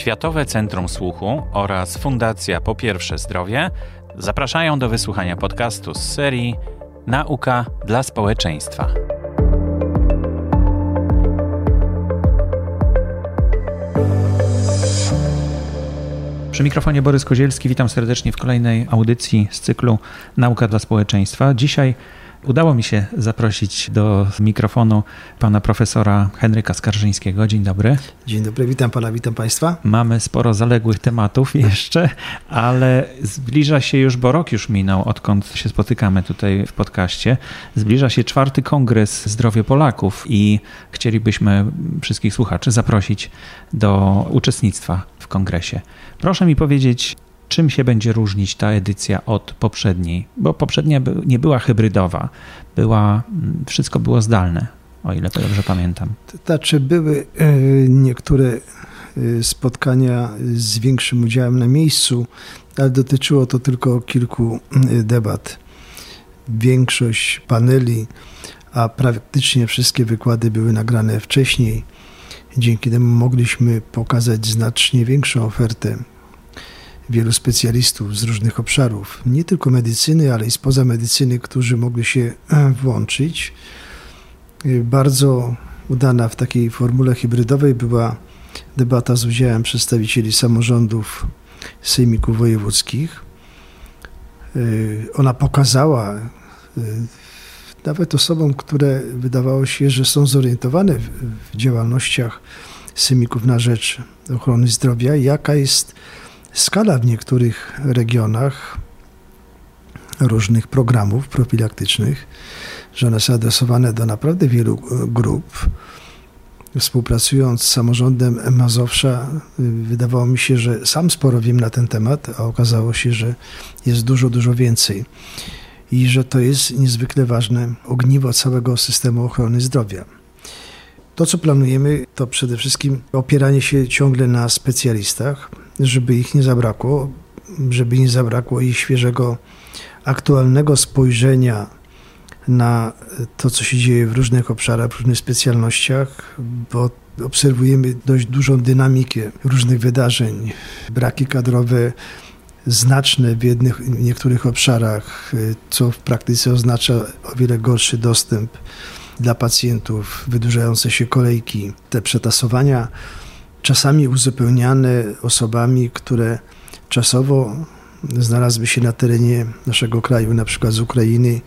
Światowe Centrum Słuchu oraz Fundacja Po Pierwsze Zdrowie zapraszają do wysłuchania podcastu z serii Nauka dla społeczeństwa. Przy mikrofonie Borys Kozielski, witam serdecznie w kolejnej audycji z cyklu Nauka dla społeczeństwa. Dzisiaj udało mi się zaprosić do mikrofonu pana profesora Henryka Skarżyńskiego. Dzień dobry. Dzień dobry, witam pana, witam państwa. Mamy sporo zaległych tematów jeszcze, ale zbliża się już, bo rok już minął, odkąd się spotykamy tutaj w podcaście. Zbliża się 4. Kongres Zdrowie Polaków i chcielibyśmy wszystkich słuchaczy zaprosić do uczestnictwa w kongresie. Proszę mi powiedzieć, czym się będzie różnić ta edycja od poprzedniej? Bo poprzednia nie była hybrydowa, wszystko było zdalne, o ile dobrze pamiętam. Znaczy były niektóre spotkania z większym udziałem na miejscu, ale dotyczyło to tylko kilku debat. Większość paneli, a praktycznie wszystkie wykłady były nagrane wcześniej. Dzięki temu mogliśmy pokazać znacznie większą ofertę wielu specjalistów z różnych obszarów, nie tylko medycyny, ale i spoza medycyny, którzy mogli się włączyć. Bardzo udana w takiej formule hybrydowej była debata z udziałem przedstawicieli samorządów sejmików wojewódzkich. Ona pokazała nawet osobom, które wydawało się, że są zorientowane w działalnościach sejmików na rzecz ochrony zdrowia, jaka jest skala w niektórych regionach różnych programów profilaktycznych, że one są adresowane do naprawdę wielu grup. Współpracując z samorządem Mazowsza, wydawało mi się, że sam sporo wiem na ten temat, a okazało się, że jest dużo więcej. I że to jest niezwykle ważne ogniwo całego systemu ochrony zdrowia. To, co planujemy, to przede wszystkim opieranie się ciągle na specjalistach, żeby ich nie zabrakło ich świeżego, aktualnego spojrzenia na to, co się dzieje w różnych obszarach, w różnych specjalnościach, bo obserwujemy dość dużą dynamikę różnych wydarzeń, braki kadrowe znaczne w niektórych obszarach, co w praktyce oznacza o wiele gorszy dostęp dla pacjentów, wydłużające się kolejki, te przetasowania, czasami uzupełniane osobami, które czasowo znalazły się na terenie naszego kraju, na przykład z Ukrainy,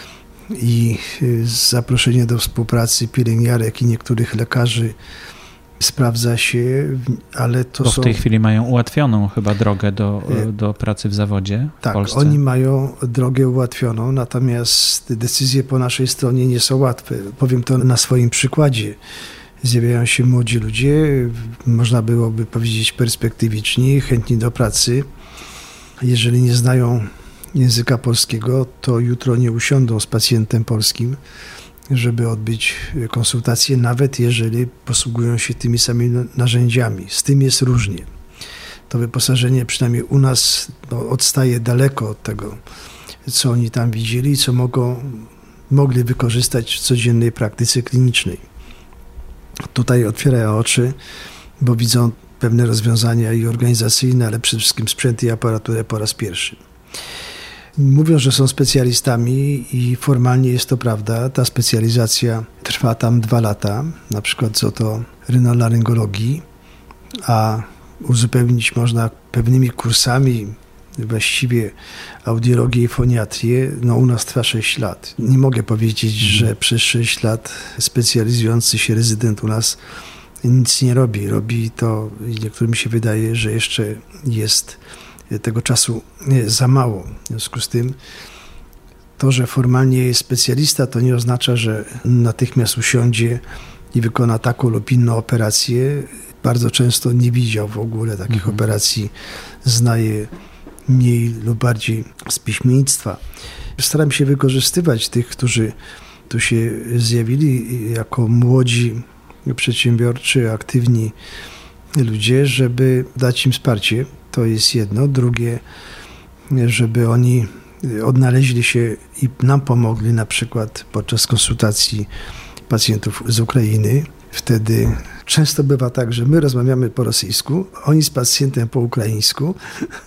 i zaproszenie do współpracy pielęgniarek i niektórych lekarzy sprawdza się, ale to w tej chwili mają ułatwioną chyba drogę do pracy w zawodzie w Polsce. Tak, oni mają drogę ułatwioną, natomiast decyzje po naszej stronie nie są łatwe. Powiem to na swoim przykładzie. Zjawiają się młodzi ludzie, można byłoby powiedzieć perspektywiczni, chętni do pracy. Jeżeli nie znają języka polskiego, to jutro nie usiądą z pacjentem polskim, żeby odbyć konsultację, nawet jeżeli posługują się tymi samymi narzędziami. Z tym jest różnie. To wyposażenie przynajmniej u nas odstaje daleko od tego, co oni tam widzieli i co mogli wykorzystać w codziennej praktyce klinicznej. Tutaj otwierają oczy, bo widzą pewne rozwiązania i organizacyjne, ale przede wszystkim sprzęt i aparaturę po raz pierwszy. Mówią, że są specjalistami i formalnie jest to prawda. Ta specjalizacja trwa tam 2 lata, na przykład z otorynoloryngologii, a uzupełnić można pewnymi kursami, właściwie audiologię i foniatrię. U nas trwa 6 lat. Nie mogę powiedzieć, że przez 6 lat specjalizujący się rezydent u nas nic nie robi. Robi to i niektórym się wydaje, że jeszcze jest tego czasu za mało. W związku z tym to, że formalnie jest specjalista, to nie oznacza, że natychmiast usiądzie i wykona taką lub inną operację. Bardzo często nie widział w ogóle takich operacji, zna je mniej lub bardziej z piśmiennictwa. Staram się wykorzystywać tych, którzy tu się zjawili jako młodzi, przedsiębiorczy, aktywni ludzie, żeby dać im wsparcie. To jest jedno. Drugie, żeby oni odnaleźli się i nam pomogli na przykład podczas konsultacji pacjentów z Ukrainy. Wtedy Często bywa tak, że my rozmawiamy po rosyjsku, oni z pacjentem po ukraińsku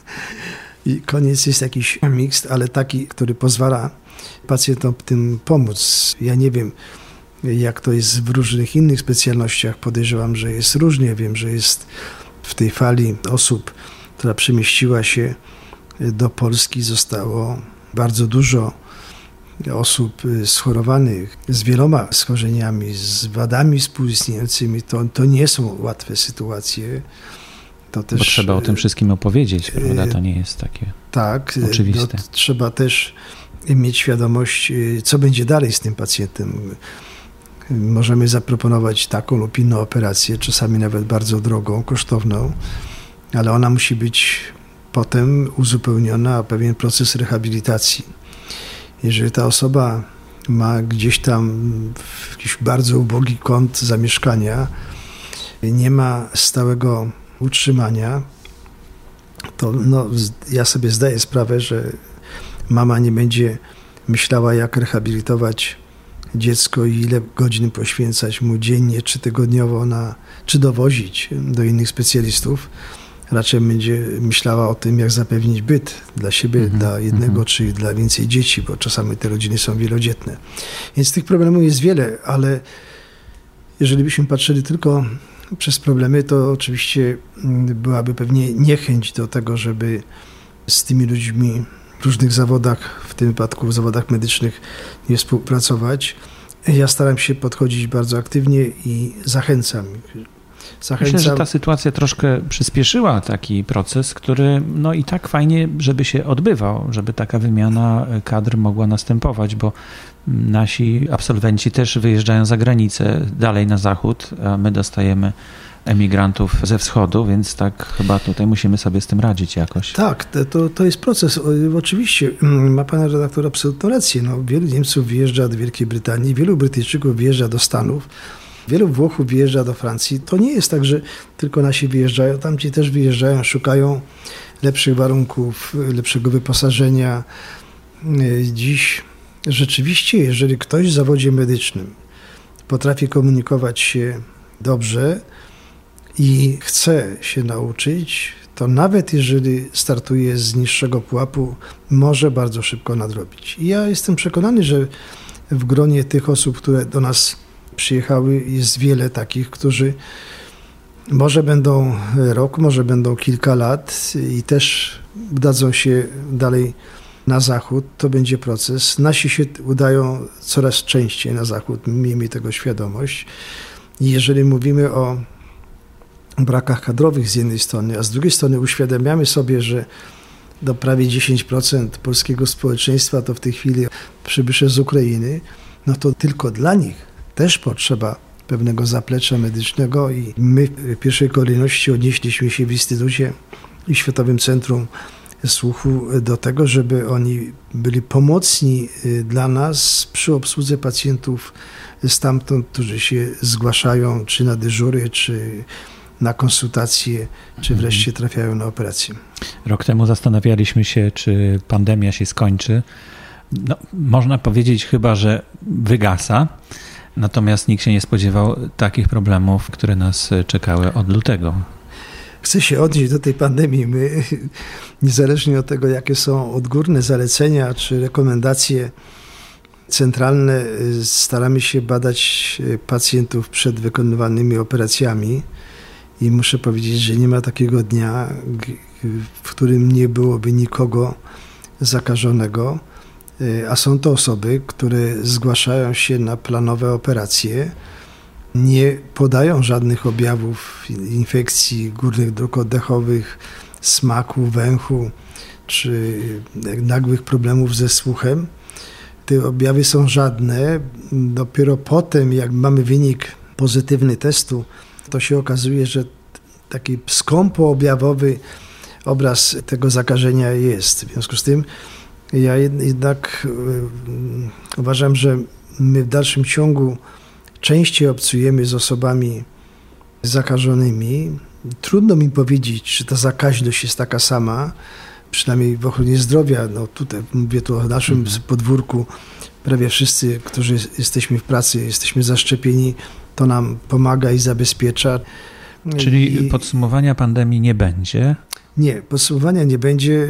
i koniec jest jakiś miks, ale taki, który pozwala pacjentom tym pomóc. Ja nie wiem, jak to jest w różnych innych specjalnościach. Podejrzewam, że jest różnie. Wiem, że jest w tej fali osób, która przemieściła się do Polski, zostało bardzo dużo osób schorowanych z wieloma schorzeniami, z wadami współistniejącymi. To nie są łatwe sytuacje. To też, bo trzeba o tym wszystkim opowiedzieć, prawda? To nie jest takie oczywiste. Trzeba też mieć świadomość, co będzie dalej z tym pacjentem. Możemy zaproponować taką lub inną operację, czasami nawet bardzo drogą, kosztowną, ale ona musi być potem uzupełniona o pewien proces rehabilitacji. Jeżeli ta osoba ma gdzieś tam jakiś bardzo ubogi kąt zamieszkania, nie ma stałego utrzymania, to ja sobie zdaję sprawę, że mama nie będzie myślała, jak rehabilitować dziecko i ile godzin poświęcać mu dziennie czy tygodniowo czy dowozić do innych specjalistów. Raczej będzie myślała o tym, jak zapewnić byt dla siebie, dla jednego czy dla więcej dzieci, bo czasami te rodziny są wielodzietne. Więc tych problemów jest wiele, ale jeżeli byśmy patrzyli tylko przez problemy, to oczywiście byłaby pewnie niechęć do tego, żeby z tymi ludźmi w różnych zawodach, w tym wypadku w zawodach medycznych, nie współpracować. Ja staram się podchodzić bardzo aktywnie i zachęcam. Myślę, że ta sytuacja troszkę przyspieszyła taki proces, który i tak fajnie, żeby się odbywał, żeby taka wymiana kadr mogła następować, bo nasi absolwenci też wyjeżdżają za granicę, dalej na zachód, a my dostajemy emigrantów ze wschodu, więc tak chyba tutaj musimy sobie z tym radzić jakoś. Tak, to jest proces. Oczywiście ma pan redaktor absolutną rację. Wielu Niemców wyjeżdża do Wielkiej Brytanii, wielu Brytyjczyków wyjeżdża do Stanów, wielu Włochów wyjeżdża do Francji. To nie jest tak, że tylko nasi wyjeżdżają, tamci też wyjeżdżają, szukają lepszych warunków, lepszego wyposażenia. Dziś rzeczywiście, jeżeli ktoś w zawodzie medycznym potrafi komunikować się dobrze i chce się nauczyć, to nawet jeżeli startuje z niższego pułapu, może bardzo szybko nadrobić. I ja jestem przekonany, że w gronie tych osób, które do nas przyjechały, jest wiele takich, którzy może będą rok, może będą kilka lat i też udadzą się dalej na zachód. To będzie proces. Nasi się udają coraz częściej na zachód, miejmy tego świadomość. I jeżeli mówimy o brakach kadrowych z jednej strony, a z drugiej strony uświadamiamy sobie, że do prawie 10% polskiego społeczeństwa to w tej chwili przybysze z Ukrainy, to tylko dla nich też potrzeba pewnego zaplecza medycznego i my w pierwszej kolejności odnieśliśmy się w Instytucie i Światowym Centrum Słuchu do tego, żeby oni byli pomocni dla nas przy obsłudze pacjentów stamtąd, którzy się zgłaszają czy na dyżury, czy na konsultacje, czy wreszcie trafiają na operację. Rok temu zastanawialiśmy się, czy pandemia się skończy. Można powiedzieć chyba, że wygasa, natomiast nikt się nie spodziewał takich problemów, które nas czekały od lutego. Chcę się odnieść do tej pandemii. My, niezależnie od tego, jakie są odgórne zalecenia czy rekomendacje centralne, staramy się badać pacjentów przed wykonywanymi operacjami i muszę powiedzieć, że nie ma takiego dnia, w którym nie byłoby nikogo zakażonego, a są to osoby, które zgłaszają się na planowe operacje, nie podają żadnych objawów infekcji górnych dróg oddechowych, smaku, węchu czy nagłych problemów ze słuchem. Te objawy są żadne. Dopiero potem, jak mamy wynik pozytywny testu, to się okazuje, że taki skąpoobjawowy obraz tego zakażenia jest. W związku z tym ja jednak uważam, że my w dalszym ciągu częściej obcujemy z osobami zakażonymi. Trudno mi powiedzieć, czy ta zakaźność jest taka sama, przynajmniej w ochronie zdrowia. Tutaj mówię tu o naszym podwórku. Prawie wszyscy, którzy jesteśmy w pracy, jesteśmy zaszczepieni To nam pomaga i zabezpiecza. Czyli podsumowania pandemii nie będzie? Nie, podsumowania nie będzie.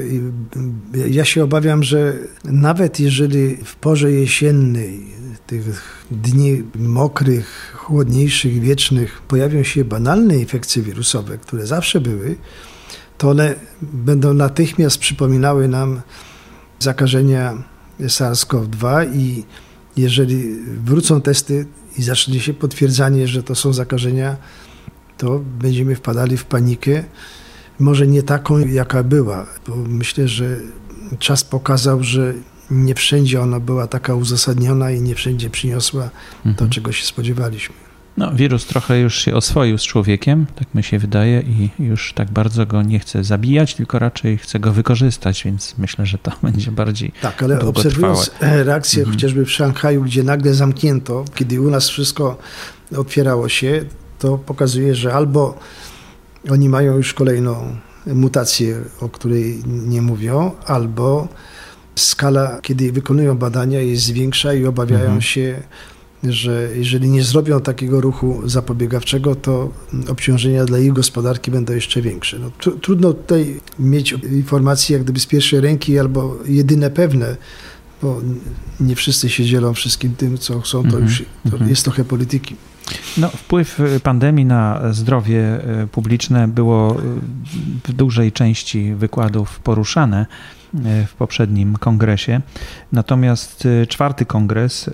Ja się obawiam, że nawet jeżeli w porze jesiennej, tych dni mokrych, chłodniejszych, wiecznych, pojawią się banalne infekcje wirusowe, które zawsze były, to one będą natychmiast przypominały nam zakażenia SARS-CoV-2 i jeżeli wrócą testy i zacznie się potwierdzanie, że to są zakażenia, to będziemy wpadali w panikę. Może nie taką, jaka była, bo myślę, że czas pokazał, że nie wszędzie ona była taka uzasadniona i nie wszędzie przyniosła to, czego się spodziewaliśmy. No, wirus trochę już się oswoił z człowiekiem, tak mi się wydaje, i już tak bardzo go nie chce zabijać, tylko raczej chce go wykorzystać, więc myślę, że to będzie bardziej tak, ale obserwując reakcję chociażby w Szanghaju, gdzie nagle zamknięto, kiedy u nas wszystko otwierało się, to pokazuje, że albo oni mają już kolejną mutację, o której nie mówią, albo skala, kiedy wykonują badania, jest większa i obawiają się, że jeżeli nie zrobią takiego ruchu zapobiegawczego, to obciążenia dla ich gospodarki będą jeszcze większe. No, trudno tutaj mieć informacje jak gdyby z pierwszej ręki albo jedyne pewne, bo nie wszyscy się dzielą wszystkim tym, co chcą, to już jest trochę polityki. No, wpływ pandemii na zdrowie publiczne było w dużej części wykładów poruszane w poprzednim kongresie. Natomiast 4. kongres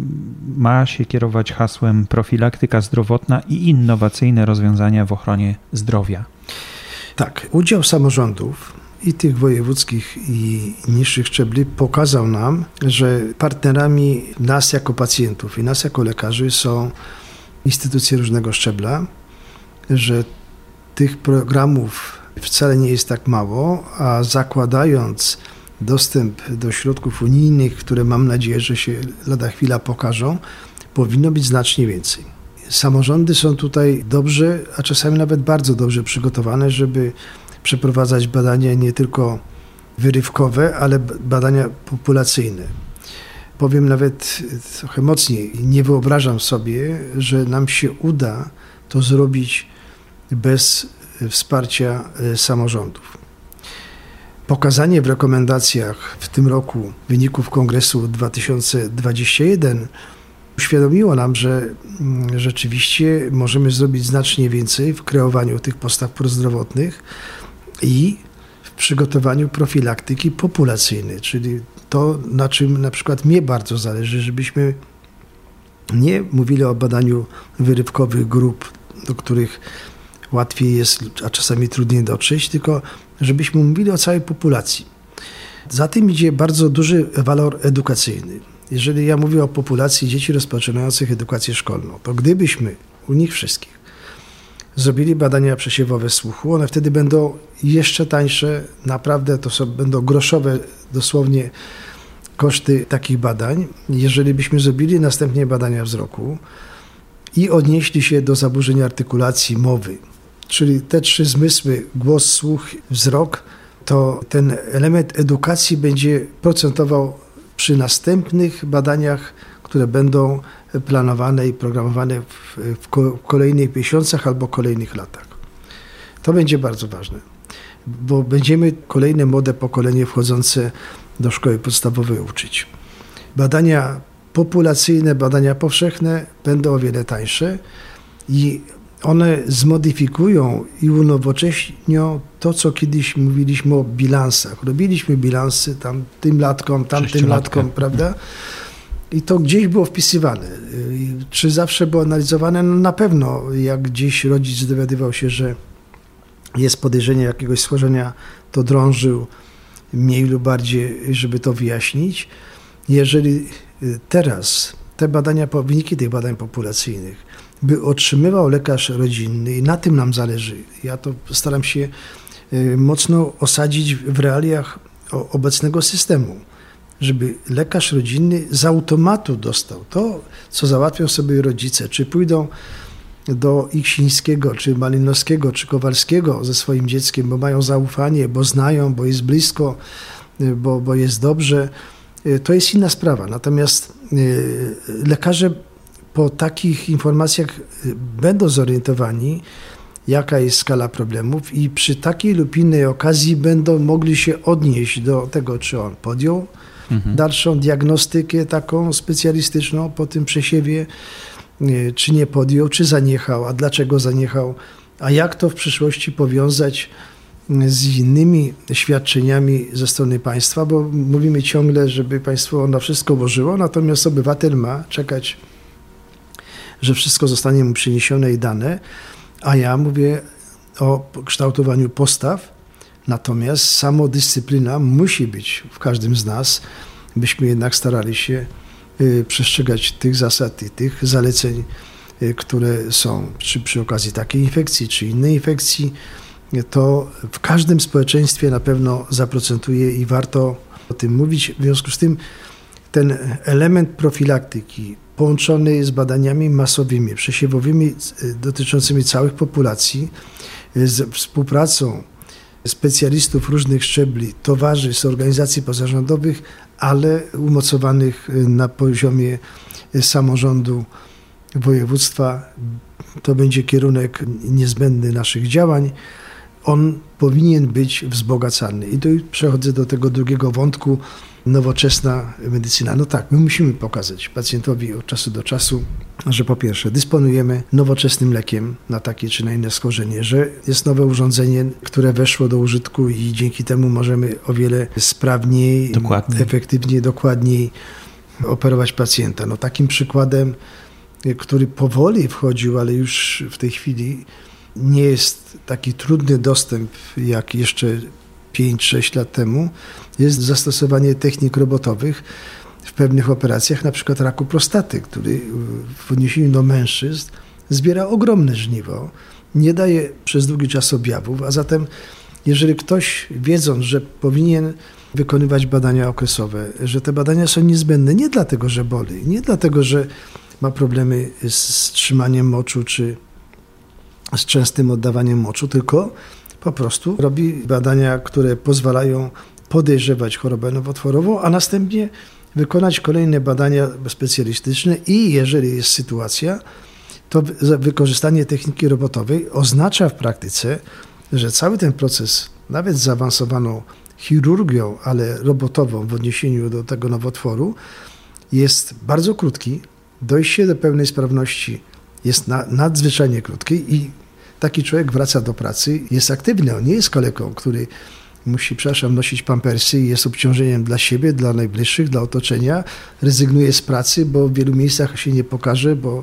ma się kierować hasłem profilaktyka zdrowotna i innowacyjne rozwiązania w ochronie zdrowia. Tak, udział samorządów i tych wojewódzkich i niższych szczebli pokazał nam, że partnerami nas jako pacjentów i nas jako lekarzy są instytucje różnego szczebla, że tych programów wcale nie jest tak mało, a zakładając dostęp do środków unijnych, które mam nadzieję, że się lada chwila pokażą, powinno być znacznie więcej. Samorządy są tutaj dobrze, a czasami nawet bardzo dobrze przygotowane, żeby przeprowadzać badania nie tylko wyrywkowe, ale badania populacyjne. Powiem nawet trochę mocniej, nie wyobrażam sobie, że nam się uda to zrobić bez wsparcia samorządów. Pokazanie w rekomendacjach w tym roku wyników Kongresu 2021 uświadomiło nam, że rzeczywiście możemy zrobić znacznie więcej w kreowaniu tych postaw prozdrowotnych i w przygotowaniu profilaktyki populacyjnej, czyli to, na czym na przykład mnie bardzo zależy, żebyśmy nie mówili o badaniu wyrywkowych grup, do których łatwiej jest, a czasami trudniej dotrzeć, tylko żebyśmy mówili o całej populacji. Za tym idzie bardzo duży walor edukacyjny. Jeżeli ja mówię o populacji dzieci rozpoczynających edukację szkolną, to gdybyśmy u nich wszystkich zrobili badania przesiewowe słuchu, one wtedy będą jeszcze tańsze, naprawdę to będą groszowe dosłownie koszty takich badań. Jeżeli byśmy zrobili następnie badania wzroku i odnieśli się do zaburzeń artykulacji mowy, czyli te 3 zmysły, głos, słuch, wzrok, to ten element edukacji będzie procentował przy następnych badaniach, które będą planowane i programowane w kolejnych miesiącach albo kolejnych latach. To będzie bardzo ważne, bo będziemy kolejne młode pokolenie wchodzące do szkoły podstawowej uczyć. Badania populacyjne, badania powszechne będą o wiele tańsze i one zmodyfikują i unowocześnią to, co kiedyś mówiliśmy o bilansach. Robiliśmy bilansy tym latkom, tamtym latkom, prawda? I to gdzieś było wpisywane. Czy zawsze było analizowane? No na pewno, jak gdzieś rodzic dowiadywał się, że jest podejrzenie jakiegoś schorzenia, to drążył mniej lub bardziej, żeby to wyjaśnić. Jeżeli teraz te badania, wyniki tych badań populacyjnych by otrzymywał lekarz rodzinny i na tym nam zależy. Ja to staram się mocno osadzić w realiach obecnego systemu, żeby lekarz rodzinny z automatu dostał to, co załatwią sobie rodzice, czy pójdą do Iksińskiego, czy Malinowskiego, czy Kowalskiego ze swoim dzieckiem, bo mają zaufanie, bo znają, bo jest blisko, bo jest dobrze. To jest inna sprawa. Natomiast lekarze po takich informacjach będą zorientowani, jaka jest skala problemów i przy takiej lub innej okazji będą mogli się odnieść do tego, czy on podjął dalszą diagnostykę taką specjalistyczną po tym przesiewie, czy nie podjął, czy zaniechał, a dlaczego zaniechał, a jak to w przyszłości powiązać z innymi świadczeniami ze strony państwa, bo mówimy ciągle, żeby państwo na wszystko ułożyło, natomiast obywatel ma czekać, że wszystko zostanie mu przyniesione i dane, a ja mówię o kształtowaniu postaw, natomiast samodyscyplina musi być w każdym z nas, byśmy jednak starali się przestrzegać tych zasad i tych zaleceń, które są przy okazji takiej infekcji, czy innej infekcji, to w każdym społeczeństwie na pewno zaprocentuje i warto o tym mówić. W związku z tym ten element profilaktyki połączony z badaniami masowymi, przesiewowymi dotyczącymi całych populacji, z współpracą specjalistów różnych szczebli, towarzystw, organizacji pozarządowych, ale umocowanych na poziomie samorządu województwa, to będzie kierunek niezbędny naszych działań. On powinien być wzbogacany. I tu przechodzę do tego drugiego wątku, nowoczesna medycyna. No tak, my musimy pokazać pacjentowi od czasu do czasu, że po pierwsze dysponujemy nowoczesnym lekiem na takie czy na inne schorzenie, że jest nowe urządzenie, które weszło do użytku i dzięki temu możemy o wiele sprawniej, efektywniej, dokładniej operować pacjenta. No takim przykładem, który powoli wchodził, ale już w tej chwili nie jest taki trudny dostęp jak jeszcze 5-6 lat temu, jest zastosowanie technik robotowych w pewnych operacjach, na przykład raku prostaty, który w odniesieniu do mężczyzn zbiera ogromne żniwo, nie daje przez długi czas objawów, a zatem jeżeli ktoś, wiedząc, że powinien wykonywać badania okresowe, że te badania są niezbędne nie dlatego, że boli, nie dlatego, że ma problemy z trzymaniem moczu czy z częstym oddawaniem moczu, tylko po prostu robi badania, które pozwalają podejrzewać chorobę nowotworową, a następnie wykonać kolejne badania specjalistyczne i jeżeli jest sytuacja, to wykorzystanie techniki robotowej oznacza w praktyce, że cały ten proces, nawet z zaawansowaną chirurgią, ale robotową w odniesieniu do tego nowotworu, jest bardzo krótki. Dojście do pełnej sprawności jest nadzwyczajnie krótkie i taki człowiek wraca do pracy, jest aktywny, on nie jest kaleką, który musi, nosić pampersy i jest obciążeniem dla siebie, dla najbliższych, dla otoczenia, rezygnuje z pracy, bo w wielu miejscach się nie pokaże, bo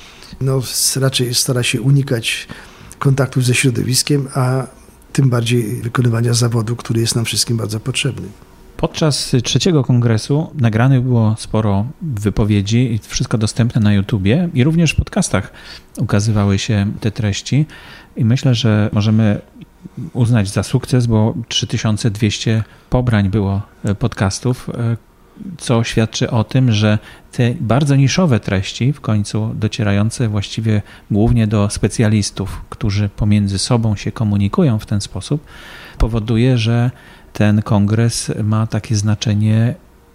raczej stara się unikać kontaktów ze środowiskiem, a tym bardziej wykonywania zawodu, który jest nam wszystkim bardzo potrzebny. Podczas trzeciego kongresu nagranych było sporo wypowiedzi i wszystko dostępne na YouTubie i również w podcastach ukazywały się te treści i myślę, że możemy uznać za sukces, bo 3200 pobrań było podcastów, co świadczy o tym, że te bardzo niszowe treści w końcu docierające właściwie głównie do specjalistów, którzy pomiędzy sobą się komunikują w ten sposób, powoduje, że ten kongres ma takie znaczenie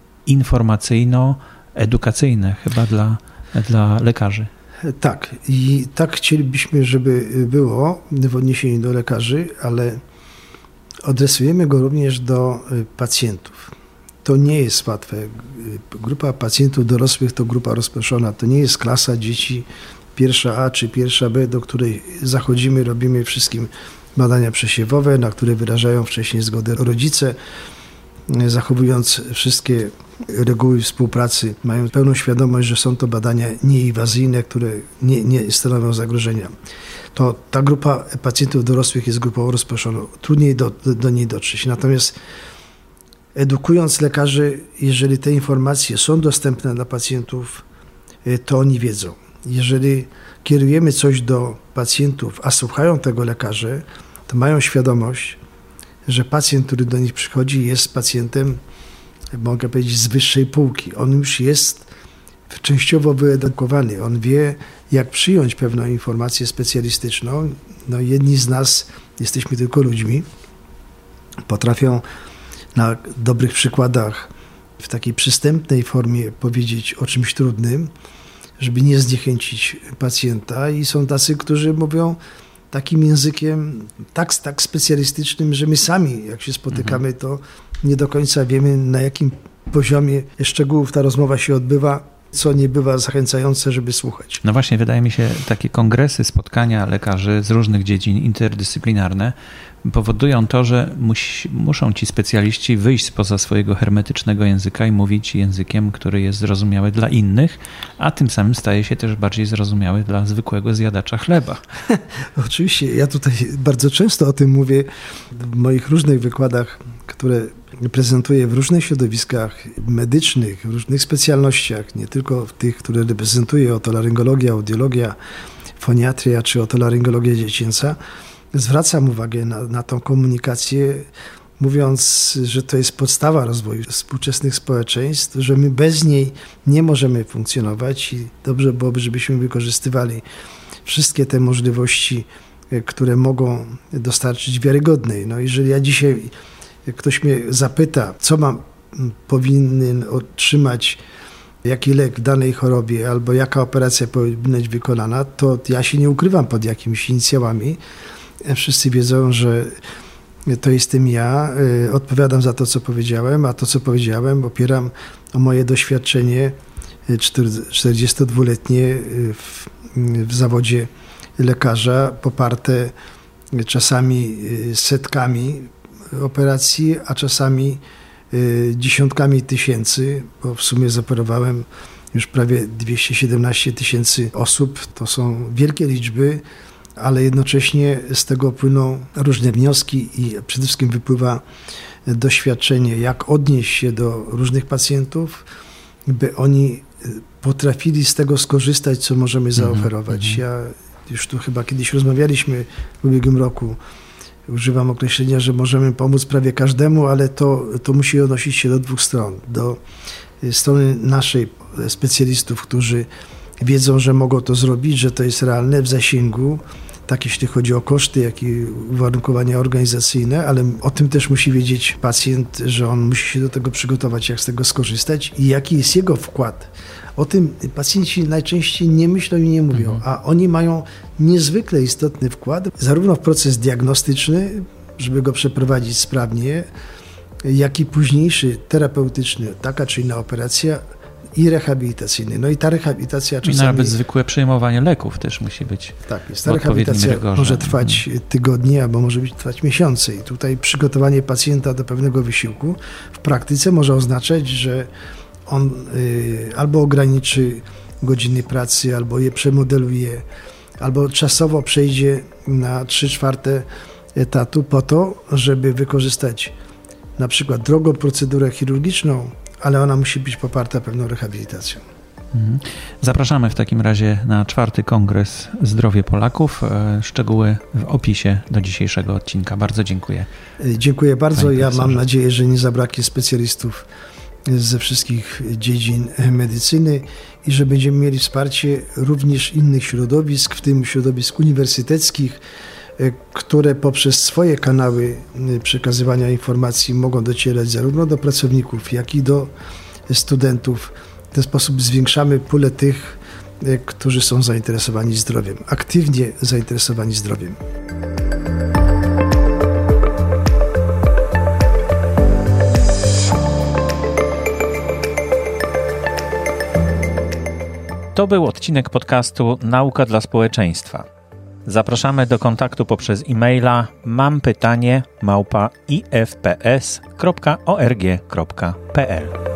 informacyjno-edukacyjne chyba dla lekarzy. Tak, i tak chcielibyśmy, żeby było w odniesieniu do lekarzy, ale adresujemy go również do pacjentów. To nie jest łatwe. Grupa pacjentów dorosłych to grupa rozproszona, to nie jest klasa dzieci pierwsza A czy pierwsza B, do której zachodzimy, robimy wszystkim badania przesiewowe, na które wyrażają wcześniej zgodę rodzice, zachowując wszystkie reguły współpracy, mają pełną świadomość, że są to badania nieinwazyjne, które nie stanowią zagrożenia. To ta grupa pacjentów dorosłych jest grupą rozproszoną. Trudniej do niej dotrzeć. Natomiast edukując lekarzy, jeżeli te informacje są dostępne dla pacjentów, to oni wiedzą. Jeżeli kierujemy coś do pacjentów, a słuchają tego lekarze, to mają świadomość, że pacjent, który do nich przychodzi, jest pacjentem, mogę powiedzieć, z wyższej półki. On już jest częściowo wyedukowany. On wie, jak przyjąć pewną informację specjalistyczną. Jedni z nas jesteśmy tylko ludźmi, potrafią na dobrych przykładach w takiej przystępnej formie powiedzieć o czymś trudnym, żeby nie zniechęcić pacjenta i są tacy, którzy mówią takim językiem tak specjalistycznym, że my sami, jak się spotykamy, to nie do końca wiemy, na jakim poziomie szczegółów ta rozmowa się odbywa, co nie bywa zachęcające, żeby słuchać. No właśnie, wydaje mi się, takie kongresy, spotkania lekarzy z różnych dziedzin interdyscyplinarne powodują to, że muszą ci specjaliści wyjść spoza swojego hermetycznego języka i mówić językiem, który jest zrozumiały dla innych, a tym samym staje się też bardziej zrozumiały dla zwykłego zjadacza chleba. Oczywiście, ja tutaj bardzo często o tym mówię w moich różnych wykładach, które prezentuję w różnych środowiskach medycznych, w różnych specjalnościach, nie tylko w tych, które reprezentuję, otolaryngologia, audiologia, foniatria czy otolaryngologia dziecięca. Zwracam uwagę na tą komunikację, mówiąc, że to jest podstawa rozwoju współczesnych społeczeństw, że my bez niej nie możemy funkcjonować i dobrze byłoby, żebyśmy wykorzystywali wszystkie te możliwości, które mogą dostarczyć wiarygodnej. No jeżeli ja dzisiaj, ktoś mnie zapyta, co powinien otrzymać, jaki lek w danej chorobie albo jaka operacja powinna być wykonana, to ja się nie ukrywam pod jakimiś inicjałami. Wszyscy wiedzą, że to jestem ja, odpowiadam za to, co powiedziałem, a to, co powiedziałem, opieram o moje doświadczenie 42-letnie w zawodzie lekarza, poparte czasami setkami operacji, a czasami dziesiątkami tysięcy, bo w sumie zoperowałem już prawie 217 000 osób. To są wielkie liczby, ale jednocześnie z tego płyną różne wnioski i przede wszystkim wypływa doświadczenie, jak odnieść się do różnych pacjentów, by oni potrafili z tego skorzystać, co możemy zaoferować. Ja już tu chyba kiedyś rozmawialiśmy w ubiegłym roku, używam określenia, że możemy pomóc prawie każdemu, ale to musi odnosić się do dwóch stron. Do strony naszej specjalistów, którzy wiedzą, że mogą to zrobić, że to jest realne w zasięgu, tak jeśli chodzi o koszty, jak i uwarunkowania organizacyjne, ale o tym też musi wiedzieć pacjent, że on musi się do tego przygotować, jak z tego skorzystać i jaki jest jego wkład. O tym pacjenci najczęściej nie myślą i nie mówią, a oni mają niezwykle istotny wkład, zarówno w proces diagnostyczny, żeby go przeprowadzić sprawnie, jak i późniejszy, terapeutyczny, taka czy inna operacja, i rehabilitacyjny. No i ta rehabilitacja czasami... I nawet zwykłe przyjmowanie leków też musi być. Tak, jest. Ta rehabilitacja może trwać tygodnie, albo może trwać miesiące. I tutaj przygotowanie pacjenta do pewnego wysiłku w praktyce może oznaczać, że on albo ograniczy godziny pracy, albo je przemodeluje, albo czasowo przejdzie na 3/4 etatu po to, żeby wykorzystać na przykład drogą procedurę chirurgiczną, ale ona musi być poparta pewną rehabilitacją. Zapraszamy w takim razie na 4. Kongres Zdrowie Polaków. Szczegóły w opisie do dzisiejszego odcinka. Bardzo dziękuję. Dziękuję bardzo. Ja mam nadzieję, że nie zabraknie specjalistów ze wszystkich dziedzin medycyny i że będziemy mieli wsparcie również innych środowisk, w tym środowisk uniwersyteckich, które poprzez swoje kanały przekazywania informacji mogą docierać zarówno do pracowników, jak i do studentów. W ten sposób zwiększamy pulę tych, którzy są zainteresowani zdrowiem, aktywnie zainteresowani zdrowiem. To był odcinek podcastu Nauka dla społeczeństwa. Zapraszamy do kontaktu poprzez e-maila mampytanie@ifps.org.pl.